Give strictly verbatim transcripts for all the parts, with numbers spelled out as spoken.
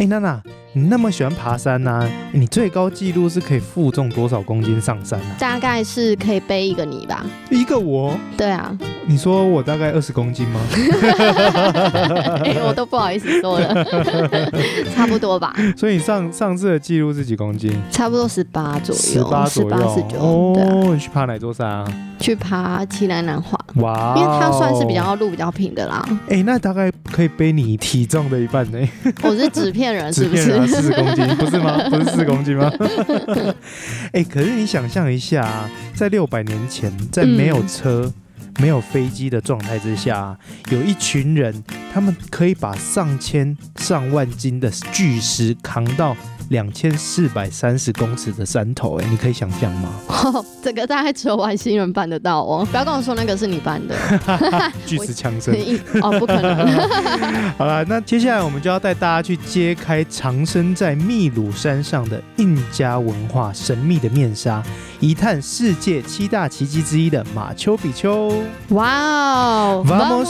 哎，娜娜，你那么喜欢爬山啊，你最高纪录是可以负重多少公斤上山啊？ 大概是可以背一个你吧。 一个我？ 对啊。 你说我大概二十公斤吗？ 哎，我都不好意思说了。差不多吧。 所以你上上次的纪录是几公斤？ 差不多十八左右。 十八左右。 十九。 哦， 对啊， 你去爬哪座山啊？ 去爬奇莱南华。 哇， 因为它算是比较路比较平的啦。 哎，那大概可以背你体重的一半呢。 我是纸片人，是不是？ 纸片人四十公斤，不是吗？不是四公斤吗？哎，可是你想象一下啊，在六百年前，在没有车、嗯、没有飞机的状态之下，有一群人，他们可以把上千上万斤的巨石扛到两千四百三十公尺的山头，哎，你可以想象吗？ 哦，这个大概只有外星人办得到哦！不要跟我说那个是你办的。 巨石强森哦，不可能。 好了，那接下来我们就要带大家去揭开藏身在秘鲁山上的印加文化神秘的面纱，一探世界七大奇迹之一的马丘比丘。 哇哦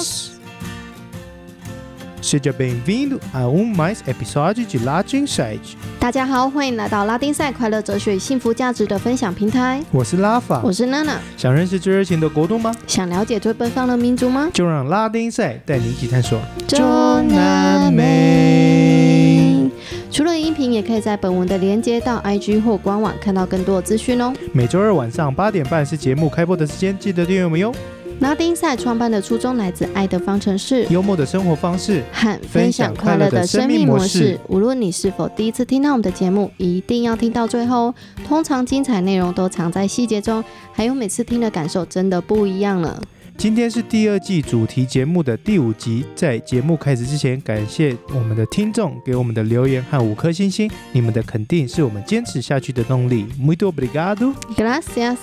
！Vamos！Seja bem-vindo a um mais episódio de Latin Site。 大家好，欢迎来到拉丁赛快乐哲学与幸福价值的分享平台。 我是拉法， 我是娜娜。 想认识最热情的国度吗？ 想了解最奔放的民族吗？ 就让拉丁赛带你一起探索中南美。除了音频，也可以在本文的连接到 I G 或官网看到更多的资讯哦。 每周二晚上八点半是节目开播的时间，记得订阅我们哟。 拉丁赛创办的初衷来自爱的方程式、 幽默的生活方式和分享快乐的生命模式。无论你是否第一次听到我们的节目，一定要听到最后。通常精彩内容都藏在细节中，还有每次听的感受真的不一样了。 今天是第二季主题节目的第五集，在节目开始之前，感谢我们的听众给我们的留言和五颗星星，你们的肯定是我们坚持下去的动力。Muito obrigado. Gracias.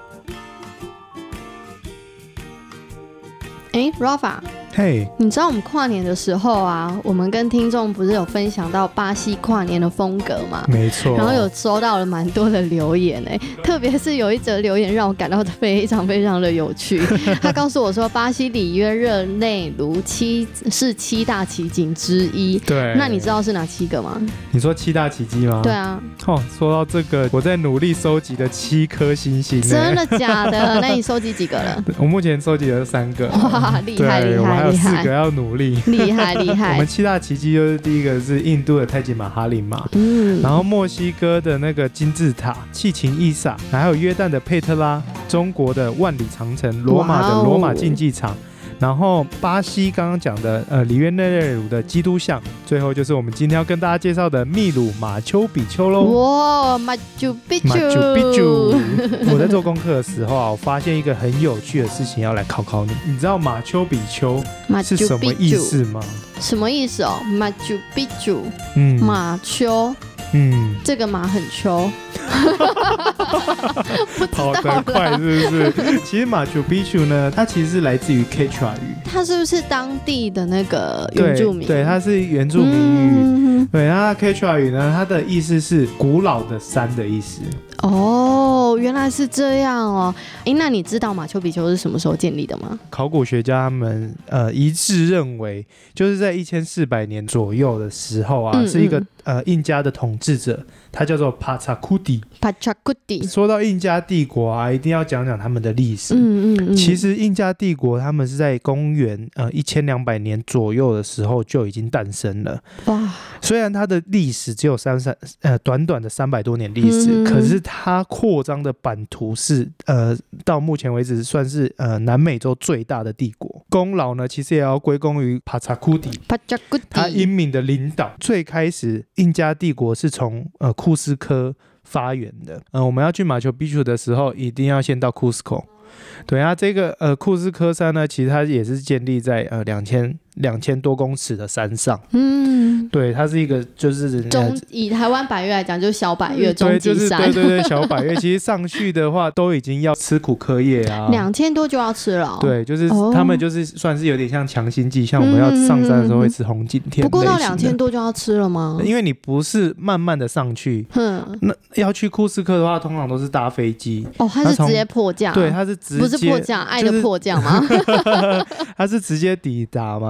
哎 ，Rafa， 嘿、hey ， 你知道我们跨年的时候啊，我们跟听众不是有分享到巴西跨年的风格吗？ 没错。 然后有收到了蛮多的留言哎，特别是有一则留言让我感到非常非常的有趣。他告诉我说，巴西里约热内卢七是七大奇景之一。 对。 那你知道是哪七个吗？ 你说七大奇迹吗？ 对啊。 哦，说到这个，我在努力收集的七颗星星。 真的假的？那你收集几个了？ 我目前收集了三个。 哇，厉害厉害厉害！ 我们还有四个要努力。 厉害厉害！ 我们七大奇迹就是第一个是印度的泰姬玛哈陵嘛，嗯，然后墨西哥的那个金字塔、契琴伊萨，还有约旦的佩特拉，中国的万里长城，罗马的罗马竞技场。然后巴西刚刚讲的呃里约内内卢的基督像，最后就是我们今天要跟大家介绍的秘鲁马丘比丘喽。 哇，马丘比丘！ 马丘比丘！我在做功课的时候啊，我发现一个很有趣的事情要来考考你。你知道马丘比丘是什么意思吗？ 什么意思哦？马丘比丘， 嗯， 马丘。嗯，这个马很秋。 跑得快是不是？其实马丘比丘呢，它其实是来自于 Quechua 语， 它是不是当地的那个原住民？ 对，对，它是原住民语。嗯、对，那 Quechua 语呢，它的意思是古老的山的意思。 哦，原来是这样哦。哎，那你知道马丘比丘是什么时候建立的吗？ 考古学家他们呃一致认为，就是在一千四百年左右的时候啊，嗯嗯是一个呃印加的统治者，他叫做帕查库迪。 帕查库迪。 说到印加帝国啊，一定要讲讲他们的历史。嗯嗯嗯。其实印加帝国他们是在公元呃一千两百年左右的时候就已经诞生了。哇！虽然它的历史只有三三呃短短的三百多年历史，嗯、可是它扩张的版图是呃到目前为止算是呃南美洲最大的帝国。功劳呢，其实也要归功于帕查库迪。 帕查库迪。 他英明的领导。最开始印加帝国是从呃库斯科发源的。呃，我们要去马丘比丘的时候，一定要先到库斯科。对啊，这个呃库斯科山呢，其实它也是建立在呃两千两千多公尺的山上。嗯，对，它是一个就是中以台湾百岳来讲，就是小百岳、嗯、中级山。 对，就是对对对，小百岳。其实上去的话，都已经要吃苦课业啊。 两千多就要吃了、哦。 对，就是、哦、他们就是算是有点像强心剂，像我们要上山的时候会吃红景天。 不过到两千多就要吃了吗？ 因为你不是慢慢的上去，嗯，那要去库斯科的话，通常都是搭飞机。 哦，它是直接迫降。 对，它是直接不是迫降，爱的迫降吗？ 它是直接抵达嘛？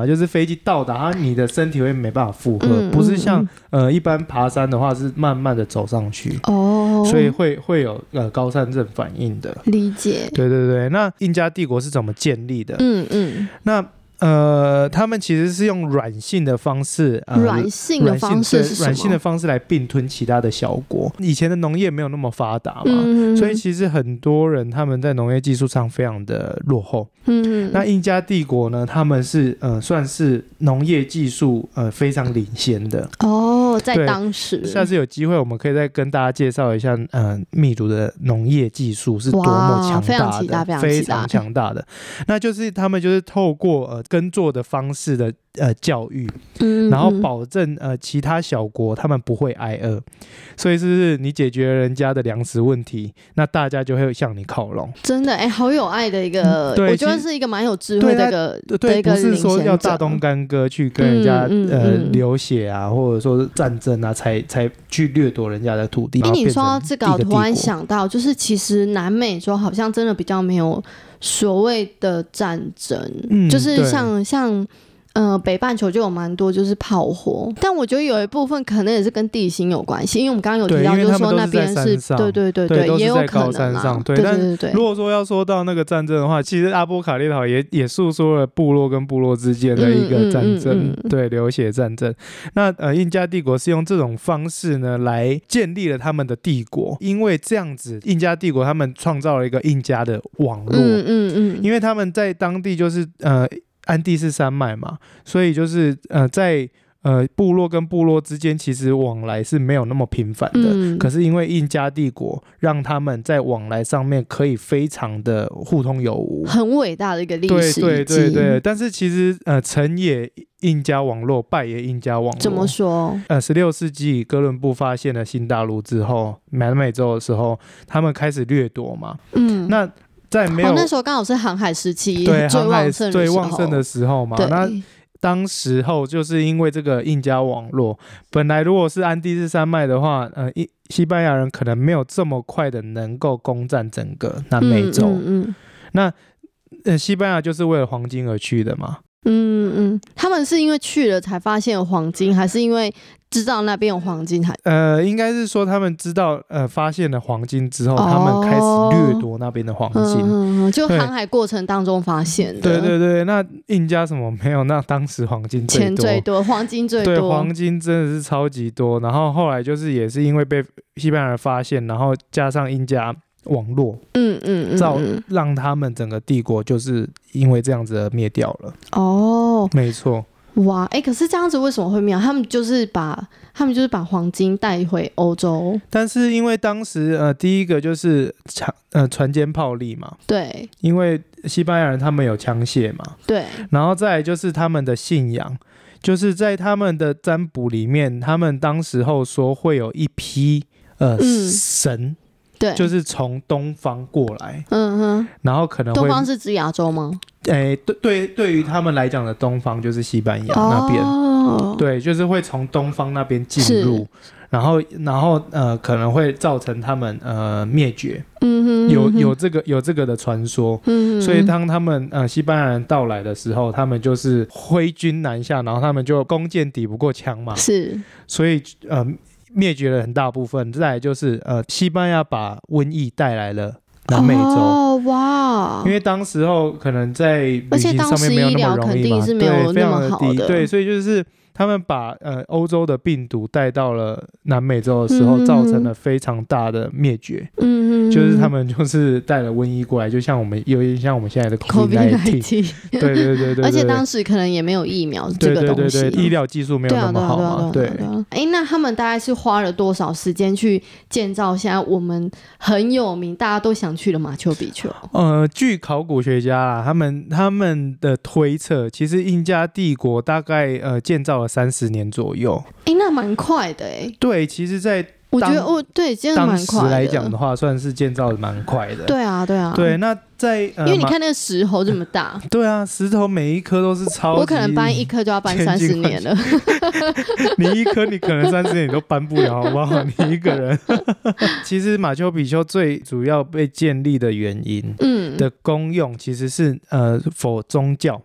就是飞机到达，你的身体会没办法负荷， 嗯、 不是像、嗯、呃一般爬山的话是慢慢的走上去哦，所以会会有呃高山症反应的。 理解。 对对对，那印加帝国是怎么建立的？ 嗯嗯， 那。呃，他们其实是用软性的方式，呃、 软性的方式是什么？ 软性的方式来并吞其他的小国。以前的农业没有那么发达嘛，嗯、所以其实很多人他们在农业技术上非常的落后。嗯，那印加帝国呢，他们是呃算是农业技术呃非常领先的哦，在当时。 下次有机会我们可以再跟大家介绍一下，呃，秘鲁的农业技术是多么强大的，非常强大的。那就是他们就是透过呃耕作的方式的呃教育，嗯，然后保证呃其他小国他们不会挨饿，所以是不是你解决了人家的粮食问题，那大家就会向你靠拢。 真的哎、欸，好有爱的一个，嗯、我觉得是一个蛮有智慧的一个， 对，对对不是说要大动干戈去跟人家、嗯嗯、呃流血啊，或者说战争啊，才才去掠夺人家的土地。 哎，你说到这个，我突然想到，就是其实南美洲好像真的比较没有所谓的战争，嗯、就是像像。呃，北半球就有蛮多就是炮火，但我觉得有一部分可能也是跟地形有关系，因为我们刚刚有提到，就是说那边是，对对对对，也有可能啊， 对对对对。如果说要说到那个战争的话，其实阿波卡列岛也也诉说了部落跟部落之间的一个战争，嗯嗯嗯嗯、对流血战争。那呃，印加帝国是用这种方式呢来建立了他们的帝国，因为这样子，印加帝国他们创造了一个印加的网络，嗯嗯嗯，因为他们在当地就是呃。安第斯山脉嘛，所以就是呃，在呃部落跟部落之间，其实往来是没有那么频繁的。嗯、可是因为印加帝国让他们在往来上面可以非常的互通有无， 很伟大的一个历史。 对对对对，但是其实呃，成也印加网络，败也印加网络。 怎么说？ 呃，十六世纪哥伦布发现了新大陆之后，南美洲的时候，他们开始掠夺嘛。嗯，那。在没有、哦、 那时候刚好是航海时期， 对， 最旺盛最旺盛的时候嘛。那当时候就是因为这个印加网络，本来如果是安第斯山脉的话，呃，西班牙人可能没有这么快的能够攻占整个南美洲。嗯嗯嗯、那、呃、西班牙就是为了黄金而去的嘛。 嗯嗯，他们是因为去了才发现有黄金，还是因为知道那边有黄金还？ 呃，应该是说他们知道，呃，发现了黄金之后，哦、他们开始掠夺那边的黄金， 嗯、就航海过程当中发现的。 对对对，那印加什么没有？那当时黄金最多， 钱最多，黄金最多， 对，黄金真的是超级多。然后后来就是也是因为被西班牙人发现，然后加上印加网络，嗯嗯，造让他们整个帝国就是因为这样子而灭掉了。哦，没错。 哇，哎、欸，可是这样子为什么会灭？他们就是把他们就是把黄金带回欧洲， 但是因为当时呃，第一个就是枪呃船坚炮利嘛， 对， 因为西班牙人他们有枪械嘛， 对， 然后再来就是他们的信仰，就是在他们的占卜里面，他们当时候说会有一批呃、嗯、神。 对， 就是从东方过来，嗯哼，然后可能会东方是指亚洲吗？ 诶、欸，对对，对于他们来讲的东方就是西班牙那边，哦、对，就是会从东方那边进入，然后然后呃可能会造成他们呃灭绝，嗯哼，有有这个有这个的传说，嗯哼，所以当他们呃西班牙人到来的时候，他们就是挥军南下，然后他们就弓箭抵不过枪嘛， 是， 所以呃。灭绝了很大部分，再来就是呃，西班牙把瘟疫带来了南美洲。 哦哇！ 因为当时候可能在旅行上面没有那么容易嘛，对，非常的低，对，所以就是他们把呃欧洲的病毒带到了南美洲的时候，嗯、造成了非常大的灭绝。嗯嗯，就是他们就是带了瘟疫过来，就像我们有点像我们现在的 COVID 十九， 对对对 对, 对， 而且当时可能也没有疫苗这个东西， 对对对对，医疗技术没有那么好嘛，对。 哎，那他们大概是花了多少时间去建造现在我们很有名、大家都想去的马丘比丘？ 呃，据考古学家啦，他们他们的推测，其实印加帝国大概呃建造了三十年左右。 哎，那蛮快的哎。 对，其实，在我觉得哦，对，真的蛮快的。 当时来讲的话，算是建造的蛮快的。 对啊，对啊。 对，那在、呃、 因为你看那个石头这么大。 对啊，石头每一颗都是超级。 我可能搬一颗就要搬三十年了。 你一颗你可能三十年你都搬不了，好不好？你一个人。其实马丘比丘最主要被建立的原因，嗯，的功用其实是呃，否宗教。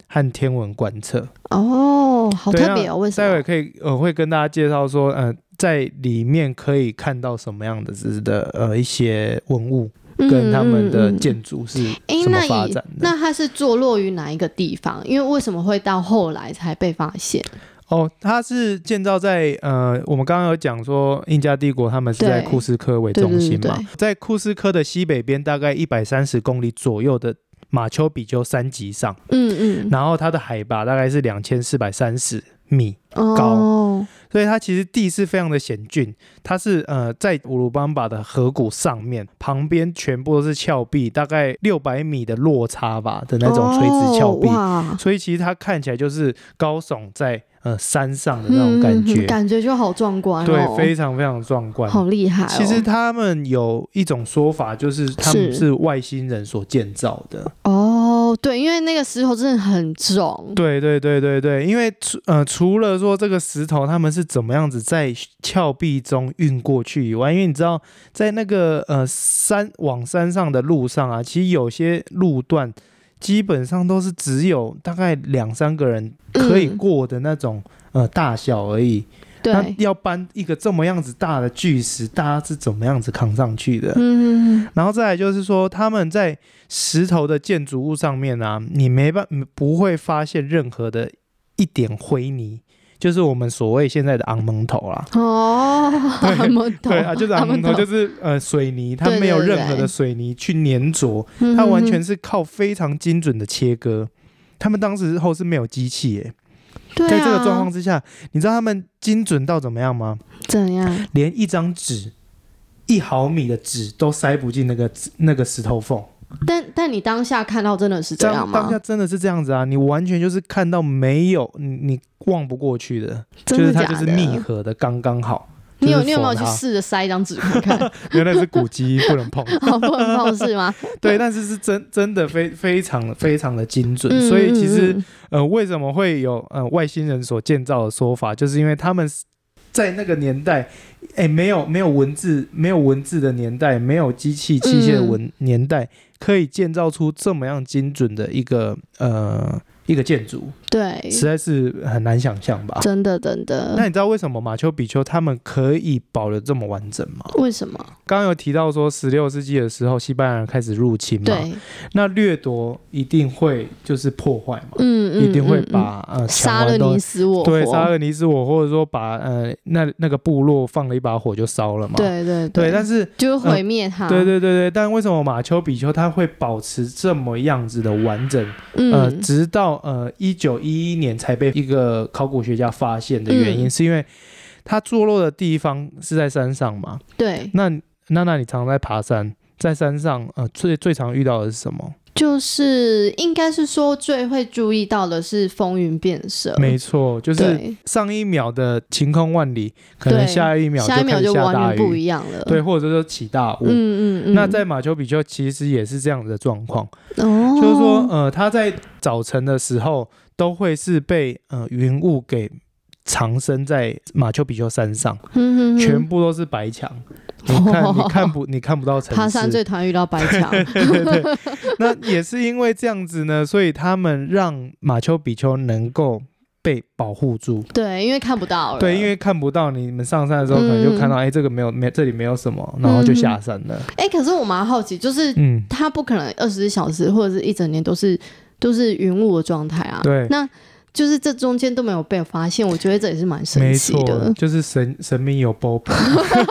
和天文观测。 哦，好特别哦，为什么？ 待会可以我、呃、会跟大家介绍说，呃，在里面可以看到什么样的的呃一些文物。跟他们的建筑是什么发展的？嗯嗯嗯、 那, 那它是坐落于哪一个地方？因为为什么会到后来才被发现？ 哦，它是建造在呃，我们刚刚有讲说印加帝国他们是在库斯科为中心嘛，对对对对，在库斯科的西北边大概一百三十公里左右的马丘比丘山脊上，嗯嗯，然后它的海拔大概是两千四百三十米高。哦，所以它其实地势非常的险峻，它是呃在乌鲁班巴的河谷上面，旁边全部都是峭壁，大概六百米的落差吧的那种垂直峭壁，哦，所以其实它看起来就是高耸在呃山上的那种感觉，嗯， 感觉就好壮观哦， 对，非常非常壮观， 好厉害哦。 其实他们有一种说法，就是他们是外星人所建造的哦，对，因为那个石头真的很重， 对对对对对，因为呃除了说这个石头他们是怎么样子在峭壁中运过去以外，因为你知道在那个呃山往山上的路上啊，其实有些路段基本上都是只有大概两三个人可以过的那种，嗯、呃大小而已。对，那要搬一个这么样子大的巨石，大家是怎么样子扛上去的？嗯，然后再来就是说，他们在石头的建筑物上面啊，你没办不会发现任何的一点灰泥。就是我们所谓现在的昂蒙头啦。哦，昂蒙头，对啊，就是昂蒙头，就是呃水泥，它没有任何的水泥去粘着，对对对，它完全是靠非常精准的切割。他们当时候是没有机器耶，对啊，在这个状况之下，你知道他们精准到怎么样吗？ 怎样？ 连一张纸，一毫米的纸都塞不进那个那个石头缝。 但但你当下看到真的是这样吗？ 当下真的是这样子啊！你完全就是看到没有你你望不过去的，就是它就是密合的刚刚好。 你有你有没有去试着塞一张纸看看？ 原来是古迹，不能碰。 哦，不能碰是吗？ 对，但是是真真的非非常非常的精准，嗯、所以其实呃为什么会有呃外星人所建造的说法，就是因为他们在那个年代，哎，没有没有文字没有文字的年代，没有机器器械的文年代。嗯，可以建造出这么样精准的一个呃一个建筑，对，实在是很难想象吧？ 真的真的。 那你知道为什么马丘比丘他们可以保得这么完整吗？ 为什么？ 刚刚有提到说十六世纪的时候，西班牙人开始入侵嘛，对，那掠夺一定会就是破坏嘛，嗯嗯，一定会把嗯、呃杀了你死我活， 对，杀了你死我，或者说把呃那那个部落放了一把火就烧了嘛， 对对 对, 对，但是就毁灭它、呃， 对对对对。但为什么马丘比丘它会保持这么样子的完整？嗯、呃，直到呃一九一一年才被一个考古学家发现的原因，嗯、是因为它坐落的地方是在山上嘛？对。那那那你常在爬山，在山上，呃，最最常遇到的是什么？ 就是应该是说最会注意到的是风云变色， 没错，就是上一秒的晴空万里，可能下一秒就开始下大雨，下一秒就完全不一样了， 对，或者说起大雾。嗯嗯嗯。那在马丘比丘其实也是这样的状况，哦，就是说，呃，它在早晨的时候都会是被呃云雾给藏身在马丘比丘山上，嗯哼哼，全部都是白墙。你看，你看不，你看不到城市。 爬山最讨厌遇到白墙。 对对对，那也是因为这样子呢，所以他们让马丘比丘能够被保护住。 对，因为看不到了。 对，因为看不到，你们上山的时候可能就看到，哎、嗯欸，这个没有，没这里没有什么，然后就下山了。 哎、嗯欸，可是我蛮好奇，就是嗯，它不可能二十四小时或者是一整年都是都是云雾的状态啊。对，那。就是这中间都没有被发现，我觉得这也是蛮神奇的。 没错，就是神神明有包庇。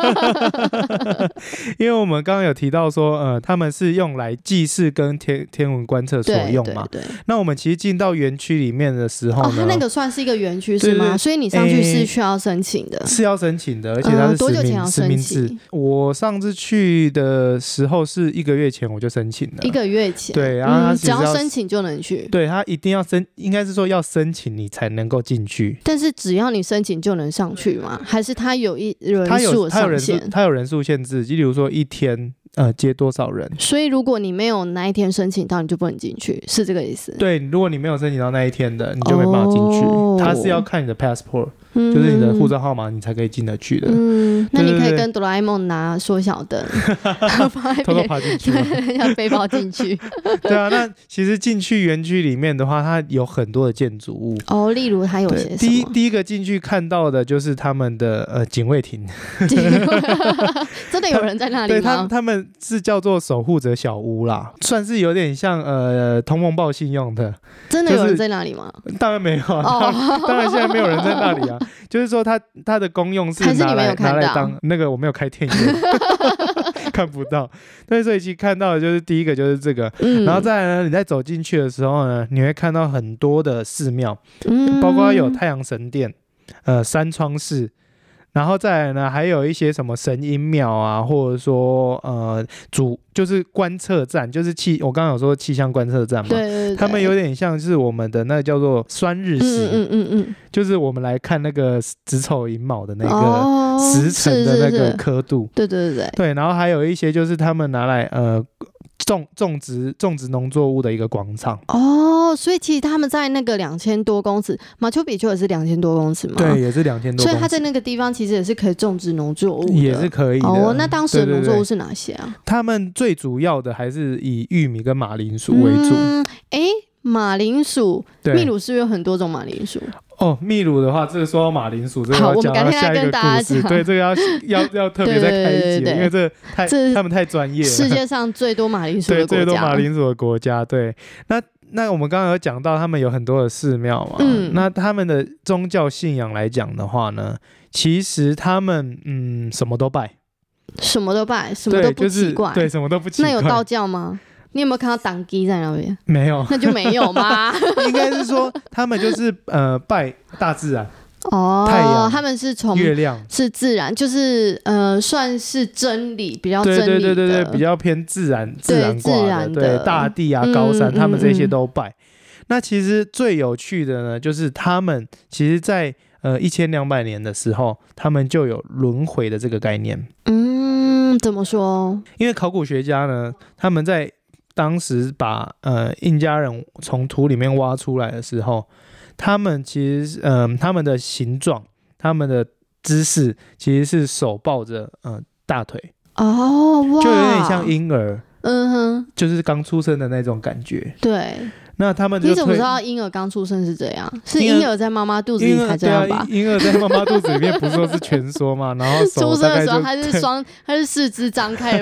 因为我们刚刚有提到说，呃，他们是用来祭祀跟天天文观测所用嘛。对对对。那我们其实进到园区里面的时候呢，哦， 它那个算是一个园区是吗？对对对，所以你上去是需要申请的。 是要申请的，而且它是实名、呃、多久前要申请？我上次去的时候是一个月前我就申请了。 一个月前。 对，然后它只要申请就能去。 对，它一定要申，应该是说要申请你才能够进去， 但是只要你申请就能上去吗？还是它有一人数的上限？ 它有人数限制，就比如说一天， 呃接多少人。 所以如果你没有那一天申请到，你就不能进去，是这个意思？ 对，如果你没有申请到那一天的，你就没办法进去。哦、他是要看你的 passport，、嗯、就是你的护照号码，你才可以进得去的。 嗯，那你可以跟哆啦 A 梦拿缩小灯， 偷偷爬进去， 要背包进去。 对啊，那其实进去园区里面的话，它有很多的建筑物。 哦，例如它有些什么？ 第一第一个进去看到的就是他们的呃警卫亭。 真的有人在那里吗？ 对，他他们是叫做守护者小屋啦，算是有点像呃通风报信用的。 真的有人在那里吗？ 就是、当然没有啊，哦、当然现在没有人在那里啊。就是说它它的功用是拿来拿来当那个我没有开天眼，看不到。对，所以其实看到的就是第一个就是这个，嗯、然后再来呢，你在走进去的时候呢，你会看到很多的寺庙，嗯、包括有太阳神殿、呃三窗寺。然后再来呢，还有一些什么神阴庙啊，或者说呃主就是观测站，就是气我刚刚有说气象观测站嘛， 对对对， 他们有点像是我们的那个叫做酸日食，嗯嗯嗯嗯，就是我们来看那个子丑寅卯的那个时辰的那个刻度， 哦、对对对对，然后还有一些就是他们拿来呃。种种植种植农作物的一个广场哦，所以其实他们在那个两千多公尺，马丘比丘也是两千多公尺嘛， 对，也是两千多公尺， 所以他在那个地方其实也是可以种植农作物的， 也是可以的。 哦，那当时的农作物是哪些啊？对对对， 他们最主要的还是以玉米跟马铃薯为主。嗯， 哎，马铃薯，秘鲁是不是有很多种马铃薯？ 哦，秘鲁的话，这个说到马铃薯，这个要讲到下一个故事，对，这个要要要特别再开一集，因为这太这他们太专业了。 世界上最多马铃薯的国家， 对，最多马铃薯的国家，对。那那我们刚刚有讲到，他们有很多的寺庙嘛，嗯，那他们的宗教信仰来讲的话呢，其实他们嗯什么都拜， 什么都拜，什么都不奇怪， 对，什么都不奇怪。 那有道教吗？你有没有看到党基在那边？ 没有， 那就没有吗？ 应该是说他们就是呃拜大自然哦， 太阳， 他们是从月亮是自然，就是呃算是真理比较真理的， 对对对对对，比较偏自然自然挂的， 自然的对大地啊、嗯、高山，他们这些都拜。嗯嗯、那其实最有趣的呢，就是他们其实在呃一千两百年的时候，他们就有轮回的这个概念。 嗯，怎么说？ 因为考古学家呢，他们在当时把呃印加人从土里面挖出来的时候，他们其实嗯、呃、他们的形状、他们的姿势其实是手抱着呃大腿哦，哇， 就有点像婴儿， 嗯哼， 就是刚出生的那种感觉。 对， 那他们就你怎么知道婴儿刚出生是这样？是婴儿在妈妈肚子里才这样吧？ 婴儿在妈妈肚子里面不是说是蜷缩嘛，然后手出生的时候还是双，还是四肢张开，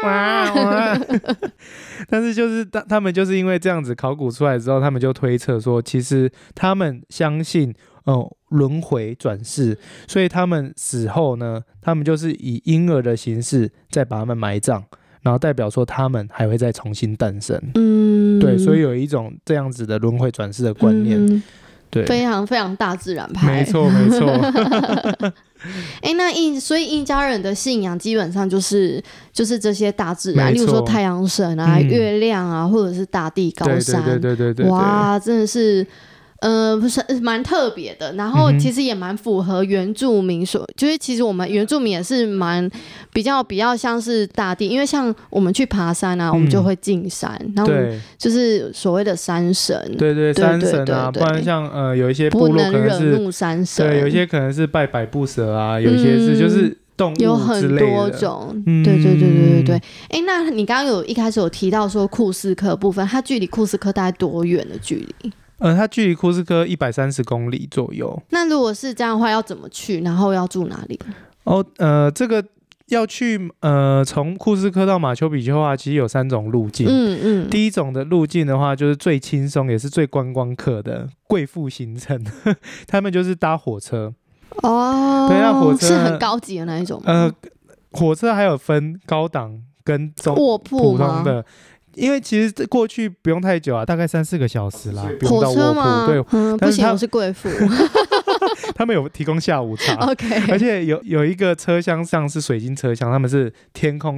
但是就是他们就是因为这样子考古出来之后，他们就推测说，其实他们相信哦轮回转世，所以他们死后呢，他们就是以婴儿的形式再把他们埋葬。然后代表说他们还会再重新诞生，嗯，对，所以有一种这样子的轮回转世的观念，嗯、对， 非常非常大自然派， 没错没错。 哎，那印所以印加人的信仰基本上就是就是这些大自然，例如说太阳神啊、嗯、月亮啊，或者是大地高山， 对对对对对对， 哇，真的是。呃，不是，蛮特别的，然后其实也蛮符合原住民所，嗯、就是其实我们原住民也是蛮比较比较像是大地，因为像我们去爬山啊，嗯、我们就会进山，然后就是所谓的山神， 对对，山神啊，对对对对，不然像呃有一些部落可能是不能惹怒山神， 对，有一些可能是拜百步蛇啊，有些是就是动物之类的， 有很多种，嗯、对对对对对对。哎，那你刚刚有一开始有提到说库斯科部分，它距离库斯科大概多远的距离？ 呃，它距离库斯科一百三十公里左右。 那如果是这样的话，要怎么去？然后要住哪里？ 哦，呃，这个要去呃，从库斯科到马丘比丘的话，其实有三种路径。嗯嗯。第一种的路径的话，就是最轻松，也是最观光客的贵妇行程，他们就是搭火车。哦。对，那火车是很高级的那一种吗？ 呃，火车还有分高档跟中卧铺普通的。因为其实过去不用太久啊，大概三四个小时啦，不用到卧铺。对， 嗯，不行，我是贵妇。 他们有提供下午茶 ，OK， 而且有有一个车厢上是水晶车厢，他们是天空是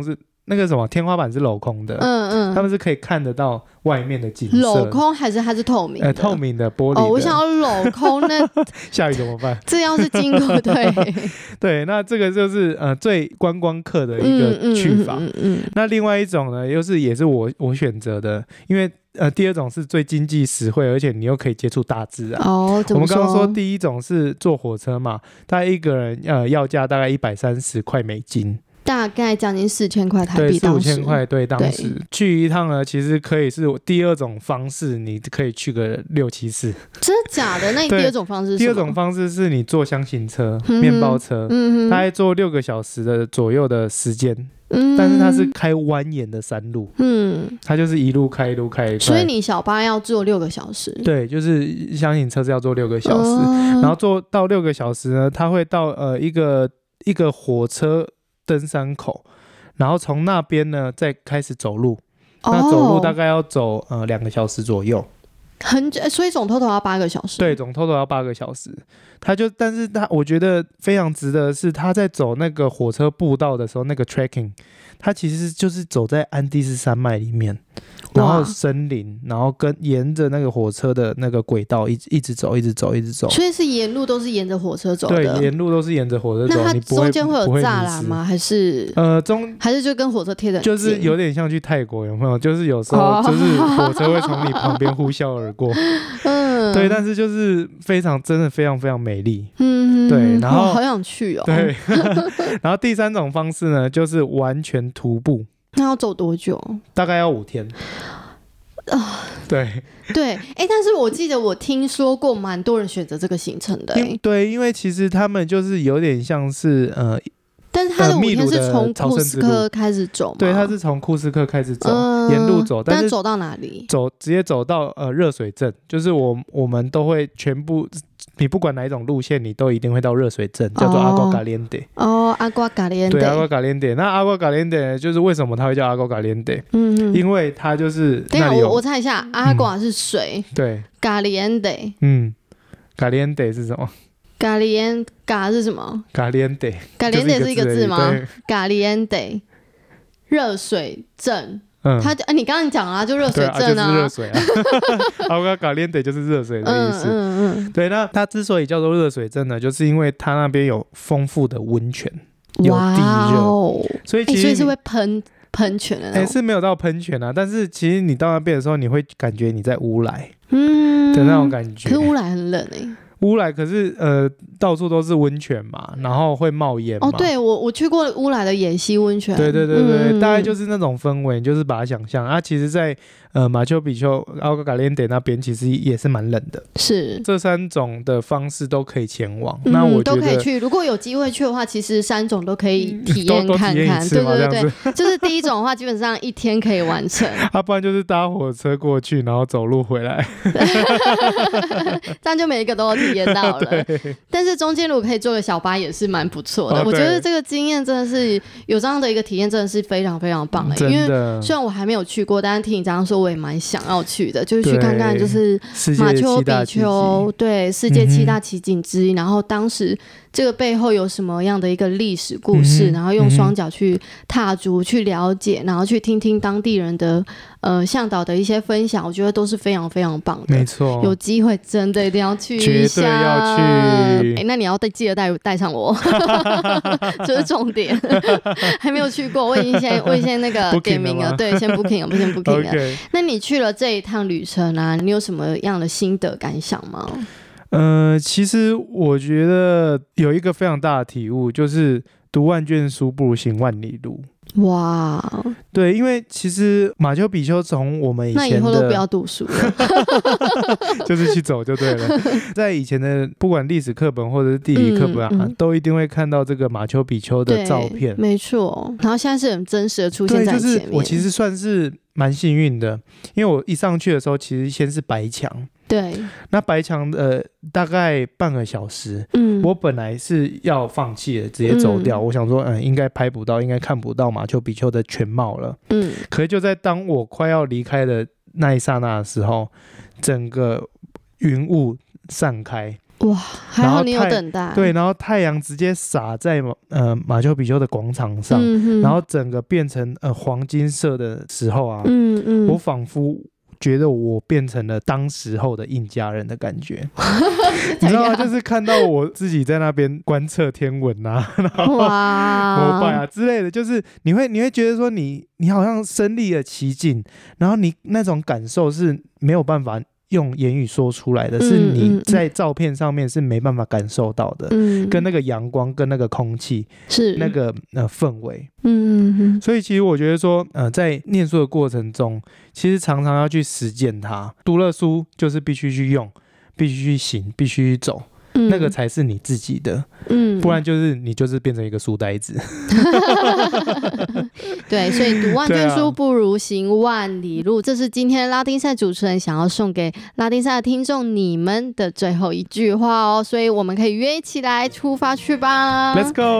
那个什么天花板是镂空的，嗯嗯，他们是可以看得到外面的景色。 镂空还是它是透明的？ 呃，透明的玻璃的。 哦，我想要镂空，那下雨怎么办？ 这要是经过对对，那这个就是呃最观光客的一个去法。嗯嗯嗯嗯、那另外一种呢，又是也是我我选择的，因为呃第二种是最经济实惠，而且你又可以接触大自然。 哦，怎么说？ 我们刚刚说第一种是坐火车嘛，大概一个人呃要价大概一百三十块美金。 大概将近四千块台币， 对，四五千块，对，当时去一趟呢，其实可以是第二种方式，你可以去个六七次。 真的假的？那你第二种方式是什么？ 第二种方式是你坐箱型车、嗯、面包车，嗯、大概坐六个小时的左右的时间。嗯、但是它是开蜿蜒的山路，嗯，它就是一路开一路开一路开， 所以你小巴要坐六个小时， 对，就是箱型车是要坐六个小时，哦、然后坐到六个小时呢，它会到呃一个一个火车登山口，然后从那边呢再开始走路，哦、那走路大概要走呃两个小时左右， 很久，所以总 total 要八个小时。 对，总 total 要八个小时。他就，但是他我觉得非常值得的是，他在走那个火车步道的时候，那个 trekking， 他其实就是走在安第斯山脉里面，然后森林，然后跟沿着那个火车的那个轨道一直一直走，一直走，一直走。 所以是沿路都是沿着火车走的。 对，沿路都是沿着火车走。 那它中间会有栅栏吗？还是呃中还是就跟火车贴的？ 就是有点像去泰国，有没有？就是有时候就是火车会从你旁边呼啸而过。嗯，对，但是就是非常真的非常非常美丽。嗯，对，然后、 哦、好想去哦。 对，然后第三种方式呢，就是完全徒步。 那要走多久？ 大概要五天。啊，对对，哎、欸，但是我记得我听说过蛮多人选择这个行程的、欸。 对，因为其实他们就是有点像是呃。 但是他的五天是从库斯科开始走吗？ 对，他是从库斯科开始走，嗯、沿路走，但是走到哪里？ 走直接走到呃热水镇，就是我我们都会全部，你不管哪一种路线，你都一定会到热水镇，叫做阿瓜嘎连德。 哦，阿瓜嘎连德。 对，阿瓜嘎连德。那阿瓜嘎连德就是为什么它会叫阿瓜嘎连德？嗯嗯，因为它就是等一下我我猜一下，阿瓜是水， 嗯、对， 嘎连德， 嗯，嘎连德是什么？ 咖喱恩咖是什么？ 咖喱恩得， 咖喱恩得是一个字吗？咖喱恩得，热水镇。嗯，他啊，你刚刚讲啊，就热水镇啊， 啊就是热水啊。阿瓜咖喱得就是热水的意思。嗯嗯嗯。对，那它之所以叫做热水镇呢，就是因为它那边有丰富的温泉，有地热，哦、所以其实、 欸、所以是会喷喷泉的那种。 哎、欸，是没有到喷泉啊，但是其实你到那边的时候，你会感觉你在乌来，嗯的那种感觉。 可是乌来很冷哎、欸。 乌来可是呃到处都是温泉嘛，然后会冒烟嘛。 哦，对，我我去过乌来的野溪温泉。 对对对对，嗯、大概就是那种氛围，你就是把它想象啊。其实在，在呃马丘比丘、阿瓜嘎连德那边，其实也是蛮冷的。 是， 这三种的方式都可以前往。嗯、那我觉得都可以去。如果有机会去的话，其实三种都可以体验看看。对对对对，就是第一种的话，基本上一天可以完成。 啊，不然就是搭火车过去，然后走路回来。 这样就每一个都有体验到了。但是中间如果可以坐个小巴也是蛮不错的、哦、我觉得这个经验真的是有这样的一个体验真的是非常非常棒的、欸、因为虽然我还没有去过，但是听你这样说我也蛮想要去的，就是去看看就是马丘比丘，对，世界七大奇景之一、嗯、然后当时这个背后有什么样的一个历史故事、嗯、然后用双脚去踏足、嗯、去了解，然后去听听当地人的呃向导的一些分享，我觉得都是非常非常棒的。 没错， 有机会真的一定要去一下， 绝对要去。 欸、那你要记得带带上我，这是重点。还没有去过，我已经先我已经先那个点名了，对，先 booking 了，不先 booking 了。Okay. 那你去了这一趟旅程啊，你有什么样的心得感想吗？ 呃，其实我觉得有一个非常大的体悟，就是读万卷书不如行万里路。 哇， 对，因为其实马丘比丘从我们以前的， 那以后都不要读书了， 就是去走就对了。在以前的不管历史课本或者是地理课本啊、嗯嗯，都一定会看到这个马丘比丘的照片， 没错。然后现在是很真实的出现在前面。 对，就是我其实算是蛮幸运的，因为我一上去的时候，其实先是白墙。 对， 那白墙呃大概半个小时，嗯，我本来是要放弃了，直接走掉。嗯、我想说，嗯，应该拍不到，应该看不到马丘比丘的全貌了。嗯，可是就在当我快要离开的那一刹那的时候，整个云雾散开。 哇，还好你有等待。 对，然后太阳直接洒在呃马丘比丘的广场上，嗯、然后整个变成呃黄金色的时候啊，嗯嗯，我仿佛觉得我变成了当时候的印加人的感觉，你知道吗？就是看到我自己在那边观测天文啊，然后膜拜啊之类的，就是你会你会觉得说你你好像身历了其境，然后你那种感受是没有办法用言语说出来的，是你在照片上面是没办法感受到的，嗯、跟那个阳光跟那个空气是那个呃氛围，嗯嗯，所以其实我觉得说呃在念书的过程中，其实常常要去实践它，读了书就是必须去用，必须去行，必须去走。嗯、那个才是你自己的，嗯，不然就是你就是变成一个书呆子。 对，所以读万卷书不如行万里路，啊、这是今天拉丁赛主持人想要送给拉丁赛的听众你们的最后一句话哦，所以我们可以约起来出发去吧 ，Let's go 。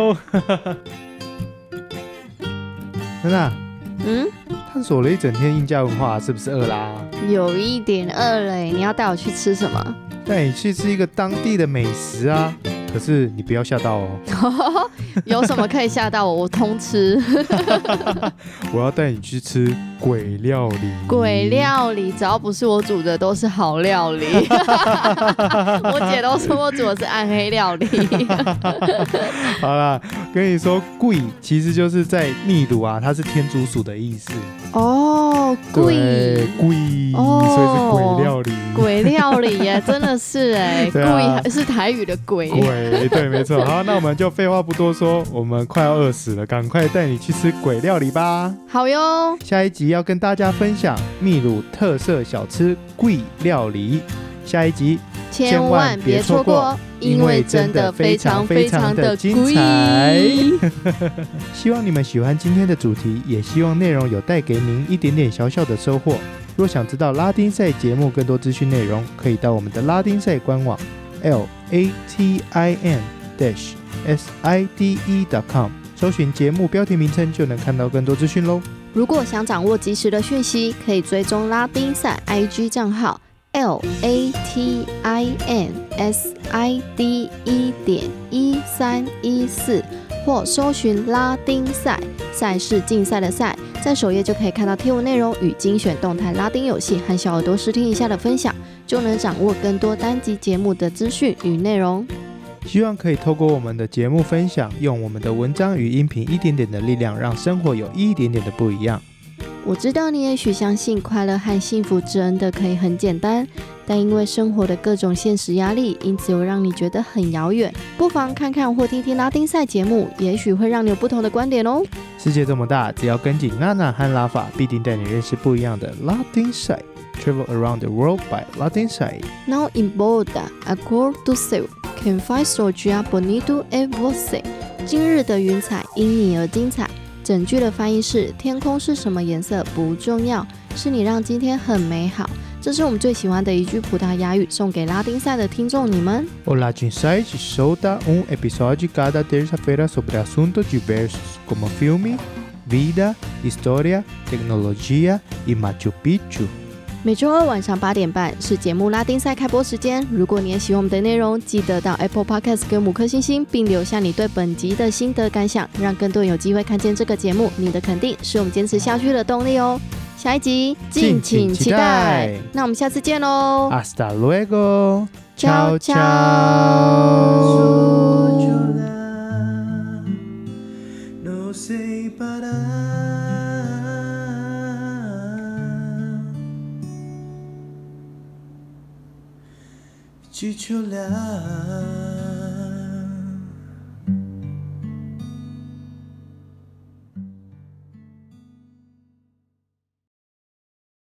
真的？嗯，探索了一整天印加文化，是不是饿啦？ 有一点饿嘞，你要带我去吃什么？ 带你去吃一个当地的美食啊，可是你不要吓到哦。 有什么可以吓到我？我通吃。 我要带你去吃鬼料理。 鬼料理，只要不是我煮的都是好料理。我姐都说我煮的是暗黑料理。 好啦，跟你说，鬼其实就是在秘鲁啊，它是天竺鼠的意思。 哦，鬼鬼，哦，所以是鬼料理。 鬼料理耶，真的是哎，鬼、啊、是台语的鬼。 鬼，对，没错。好，那我们就废话不多说，我们快要饿死了，赶快带你去吃鬼料理吧。 好哟。 下一集要跟大家分享秘鲁特色小吃鬼料理，下一集千万别错过，因为真的非常非常的精彩。 希望你们喜欢今天的主题，也希望内容有带给您一点点小小的收获。若想知道拉丁赛节目更多资讯内容，可以到我们的拉丁赛官网 L A T I N S I D E dot com 搜寻节目标题名称，就能看到更多资讯咯。 如果想掌握及时的讯息，可以追踪拉丁赛 I G 账号 L A T I N S I D E 点一三一四，或搜寻拉丁赛，赛事竞赛的赛，在首页就可以看到贴文内容与精选动态拉丁游戏和小耳朵试听一下的分享，就能掌握更多单集节目的资讯与内容。 希望可以透过我们的节目分享，用我们的文章与音频一点点的力量，让生活有一点点的不一样。 我知道你也许相信快乐和幸福真的可以很简单，但因为生活的各种现实压力，因此又让你觉得很遥远。不妨看看或听听拉丁赛节目，也许会让你有不同的观点哦。 世界这么大，只要跟紧娜娜和拉法，必定带你认识不一样的拉丁赛。Travel around the world by Latin side. Não importa a cor do céu, quem faz o dia bonito é você. 今日的云彩因你而精彩。整句的翻译是：天空是什么颜色不重要，是你让今天很美好。这是我们最喜欢的一句葡萄牙语，送给拉丁赛的听众你们。 O Latin Side solta um episódio cada terça-feira sobre assuntos diversos, como filme, vida, história, tecnologia e Machu Picchu。 每周二晚上八点半是节目拉丁赛开播时间。如果你也喜欢我们的内容，记得到 Apple Podcast 给我们五颗星星，并留下你对本集的心得感想，让更多人有机会看见这个节目。你的肯定是我们坚持下去的动力哦。下一集敬请期待。那我们下次见喽 ！Hasta luego， ciao ciao。 去求了。